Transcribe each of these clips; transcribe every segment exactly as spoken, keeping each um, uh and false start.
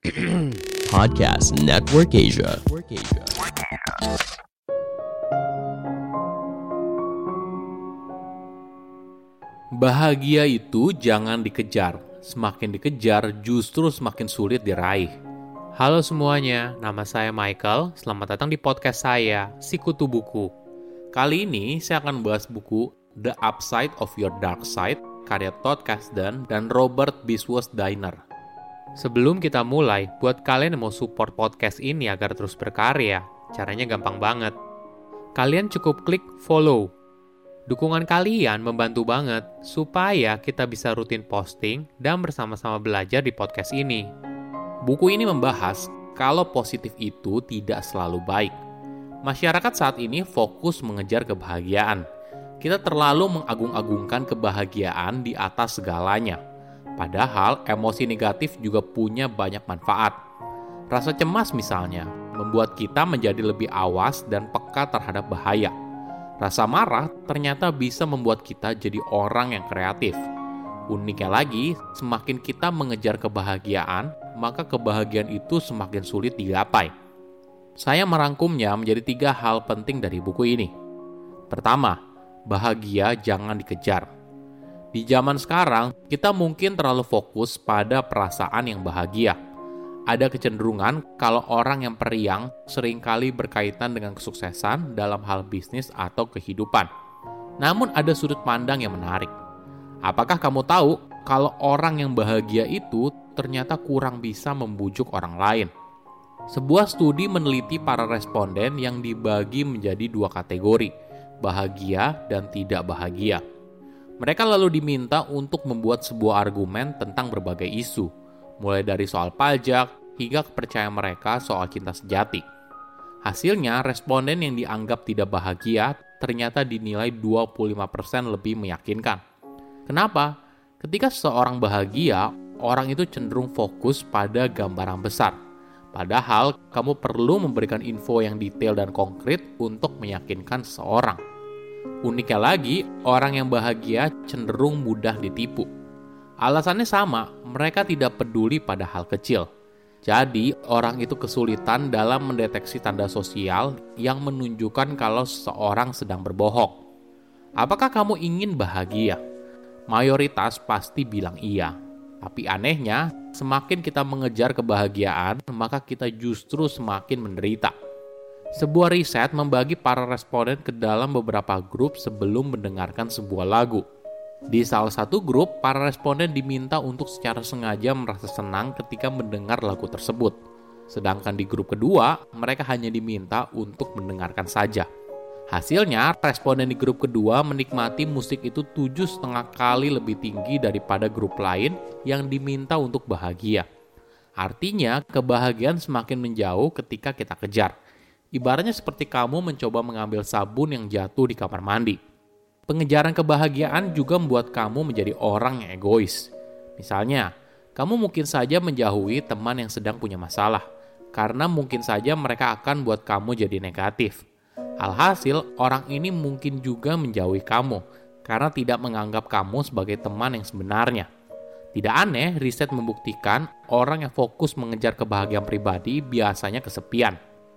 Podcast Network Asia. Bahagia itu jangan dikejar. Semakin dikejar, justru semakin sulit diraih. Halo semuanya, nama saya Michael. Selamat datang di podcast saya, Sikutu Buku. Kali ini saya akan membahas buku The Upside of Your Dark Side, karya Todd Kasdan dan Robert Biswas-Diener. Sebelum kita mulai, buat kalian yang mau support podcast ini agar terus berkarya, caranya gampang banget. Kalian cukup klik follow. Dukungan kalian membantu banget supaya kita bisa rutin posting dan bersama-sama belajar di podcast ini. Buku ini membahas kalau positif itu tidak selalu baik. Masyarakat saat ini fokus mengejar kebahagiaan. Kita terlalu mengagung-agungkan kebahagiaan di atas segalanya. Padahal emosi negatif juga punya banyak manfaat. Rasa cemas misalnya, membuat kita menjadi lebih awas dan peka terhadap bahaya. Rasa marah ternyata bisa membuat kita jadi orang yang kreatif. Uniknya lagi, semakin kita mengejar kebahagiaan, maka kebahagiaan itu semakin sulit digapai. Saya merangkumnya menjadi tiga hal penting dari buku ini. Pertama, bahagia jangan dikejar. Di zaman sekarang, kita mungkin terlalu fokus pada perasaan yang bahagia. Ada kecenderungan kalau orang yang periang seringkali berkaitan dengan kesuksesan dalam hal bisnis atau kehidupan. Namun ada sudut pandang yang menarik. Apakah kamu tahu kalau orang yang bahagia itu ternyata kurang bisa membujuk orang lain? Sebuah studi meneliti para responden yang dibagi menjadi dua kategori, bahagia dan tidak bahagia. Mereka lalu diminta untuk membuat sebuah argumen tentang berbagai isu, mulai dari soal pajak hingga kepercayaan mereka soal cinta sejati. Hasilnya, responden yang dianggap tidak bahagia ternyata dinilai dua puluh lima persen lebih meyakinkan. Kenapa? Ketika seseorang bahagia, orang itu cenderung fokus pada gambaran besar. Padahal, kamu perlu memberikan info yang detail dan konkret untuk meyakinkan seseorang. Uniknya lagi, orang yang bahagia cenderung mudah ditipu. Alasannya sama, mereka tidak peduli pada hal kecil. Jadi, orang itu kesulitan dalam mendeteksi tanda sosial yang menunjukkan kalau seseorang sedang berbohong. Apakah kamu ingin bahagia? Mayoritas pasti bilang iya. Tapi anehnya, semakin kita mengejar kebahagiaan, maka kita justru semakin menderita. Sebuah riset membagi para responden ke dalam beberapa grup sebelum mendengarkan sebuah lagu. Di salah satu grup, para responden diminta untuk secara sengaja merasa senang ketika mendengar lagu tersebut. Sedangkan di grup kedua, mereka hanya diminta untuk mendengarkan saja. Hasilnya, responden di grup kedua menikmati musik itu tujuh setengah kali lebih tinggi daripada grup lain yang diminta untuk bahagia. Artinya, kebahagiaan semakin menjauh ketika kita kejar. Ibaratnya seperti kamu mencoba mengambil sabun yang jatuh di kamar mandi. Pengejaran kebahagiaan juga membuat kamu menjadi orang yang egois. Misalnya, kamu mungkin saja menjauhi teman yang sedang punya masalah, karena mungkin saja mereka akan buat kamu jadi negatif. Alhasil, orang ini mungkin juga menjauhi kamu, karena tidak menganggap kamu sebagai teman yang sebenarnya. Tidak aneh, riset membuktikan orang yang fokus mengejar kebahagiaan pribadi biasanya kesepian.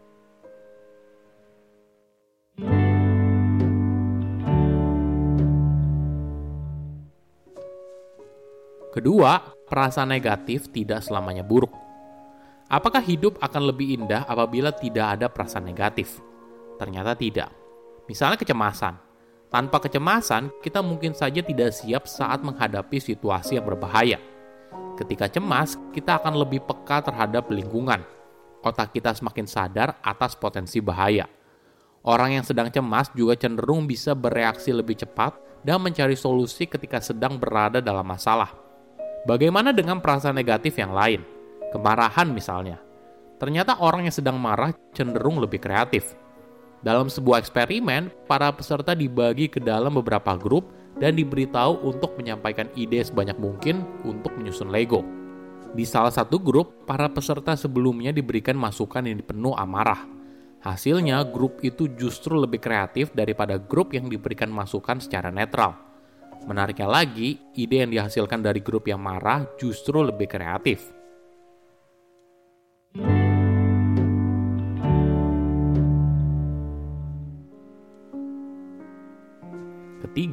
Kedua, perasaan negatif tidak selamanya buruk. Apakah hidup akan lebih indah apabila tidak ada perasaan negatif? Ternyata tidak. Misalnya kecemasan. Tanpa kecemasan, kita mungkin saja tidak siap saat menghadapi situasi yang berbahaya. Ketika cemas, kita akan lebih peka terhadap lingkungan. Otak kita semakin sadar atas potensi bahaya. Orang yang sedang cemas juga cenderung bisa bereaksi lebih cepat dan mencari solusi ketika sedang berada dalam masalah. Bagaimana dengan perasaan negatif yang lain? Kemarahan misalnya. Ternyata orang yang sedang marah cenderung lebih kreatif. Dalam sebuah eksperimen, para peserta dibagi ke dalam beberapa grup dan diberitahu untuk menyampaikan ide sebanyak mungkin untuk menyusun Lego. Di salah satu grup, para peserta sebelumnya diberikan masukan yang penuh amarah. Hasilnya, grup itu justru lebih kreatif daripada grup yang diberikan masukan secara netral. Menariknya lagi, ide yang dihasilkan dari grup yang marah justru lebih kreatif.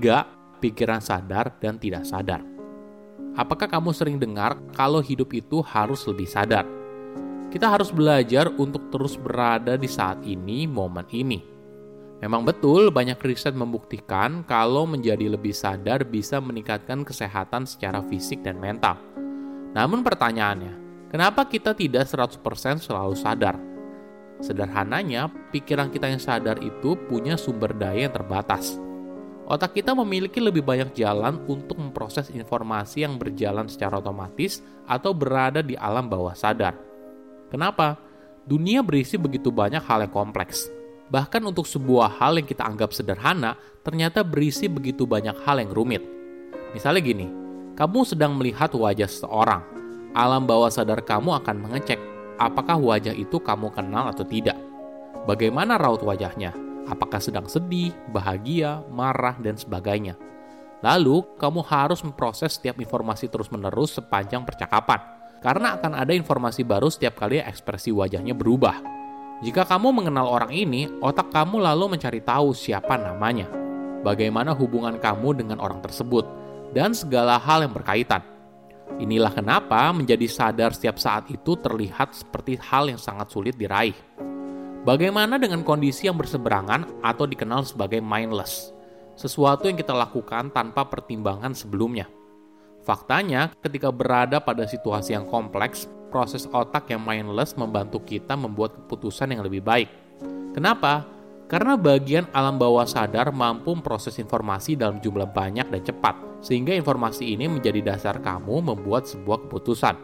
Ketiga, pikiran sadar dan tidak sadar. Apakah kamu sering dengar kalau hidup itu harus lebih sadar? Kita harus belajar untuk terus berada di saat ini, momen ini. Memang betul banyak riset membuktikan kalau menjadi lebih sadar bisa meningkatkan kesehatan secara fisik dan mental. Namun pertanyaannya, kenapa kita tidak seratus persen selalu sadar? Sederhananya, pikiran kita yang sadar itu punya sumber daya yang terbatas. Otak kita memiliki lebih banyak jalan untuk memproses informasi yang berjalan secara otomatis atau berada di alam bawah sadar. Kenapa? Dunia berisi begitu banyak hal yang kompleks. Bahkan untuk sebuah hal yang kita anggap sederhana, ternyata berisi begitu banyak hal yang rumit. Misalnya gini, kamu sedang melihat wajah seseorang. Alam bawah sadar kamu akan mengecek apakah wajah itu kamu kenal atau tidak. Bagaimana raut wajahnya? Apakah sedang sedih, bahagia, marah, dan sebagainya. Lalu, kamu harus memproses setiap informasi terus-menerus sepanjang percakapan. Karena akan ada informasi baru setiap kali ekspresi wajahnya berubah. Jika kamu mengenal orang ini, otak kamu lalu mencari tahu siapa namanya, bagaimana hubungan kamu dengan orang tersebut, dan segala hal yang berkaitan. Inilah kenapa menjadi sadar setiap saat itu terlihat seperti hal yang sangat sulit diraih. Bagaimana dengan kondisi yang berseberangan atau dikenal sebagai mindless? Sesuatu yang kita lakukan tanpa pertimbangan sebelumnya. Faktanya, ketika berada pada situasi yang kompleks, proses otak yang mindless membantu kita membuat keputusan yang lebih baik. Kenapa? Karena bagian alam bawah sadar mampu memproses informasi dalam jumlah banyak dan cepat, sehingga informasi ini menjadi dasar kamu membuat sebuah keputusan.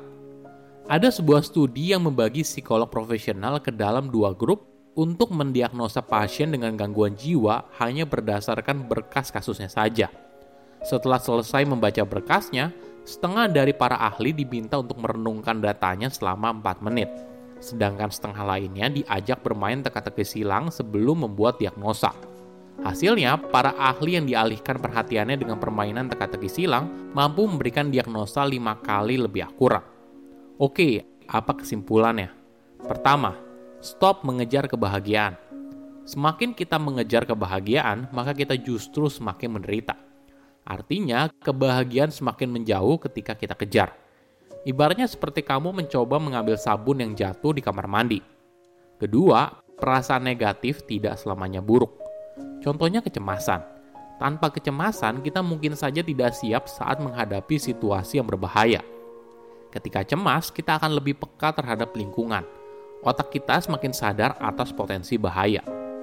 Ada sebuah studi yang membagi psikolog profesional ke dalam dua grup untuk mendiagnosa pasien dengan gangguan jiwa hanya berdasarkan berkas kasusnya saja. Setelah selesai membaca berkasnya, setengah dari para ahli diminta untuk merenungkan datanya selama empat menit. Sedangkan setengah lainnya diajak bermain teka-teki silang sebelum membuat diagnosa. Hasilnya, para ahli yang dialihkan perhatiannya dengan permainan teka-teki silang mampu memberikan diagnosa lima kali lebih akurat. Oke, apa kesimpulannya? Pertama, stop mengejar kebahagiaan. Semakin kita mengejar kebahagiaan, maka kita justru semakin menderita. Artinya, kebahagiaan semakin menjauh ketika kita kejar. Ibaratnya seperti kamu mencoba mengambil sabun yang jatuh di kamar mandi. Kedua, perasaan negatif tidak selamanya buruk. Contohnya kecemasan. Tanpa kecemasan, kita mungkin saja tidak siap saat menghadapi situasi yang berbahaya. Ketika cemas, kita akan lebih peka terhadap lingkungan. Otak kita semakin sadar atas potensi bahaya.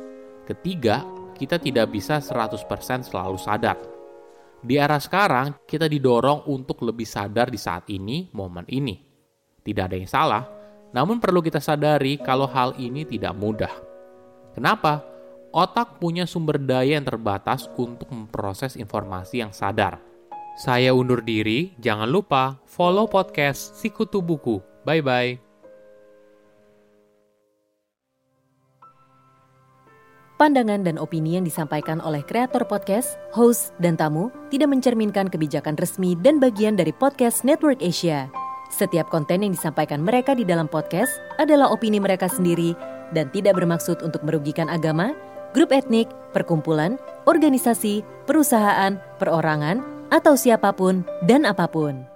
Ketiga, kita tidak bisa seratus persen selalu sadar. Di era sekarang, kita didorong untuk lebih sadar di saat ini, momen ini. Tidak ada yang salah, namun perlu kita sadari kalau hal ini tidak mudah. Kenapa? Otak punya sumber daya yang terbatas untuk memproses informasi yang sadar. Saya undur diri, jangan lupa follow podcast Sikutu Buku. Bye-bye. Pandangan dan opini yang disampaikan oleh kreator podcast, host, dan tamu tidak mencerminkan kebijakan resmi dan bagian dari Podcast Network Asia. Setiap konten yang disampaikan mereka di dalam podcast adalah opini mereka sendiri dan tidak bermaksud untuk merugikan agama, grup etnik, perkumpulan, organisasi, perusahaan, perorangan, atau siapapun dan apapun.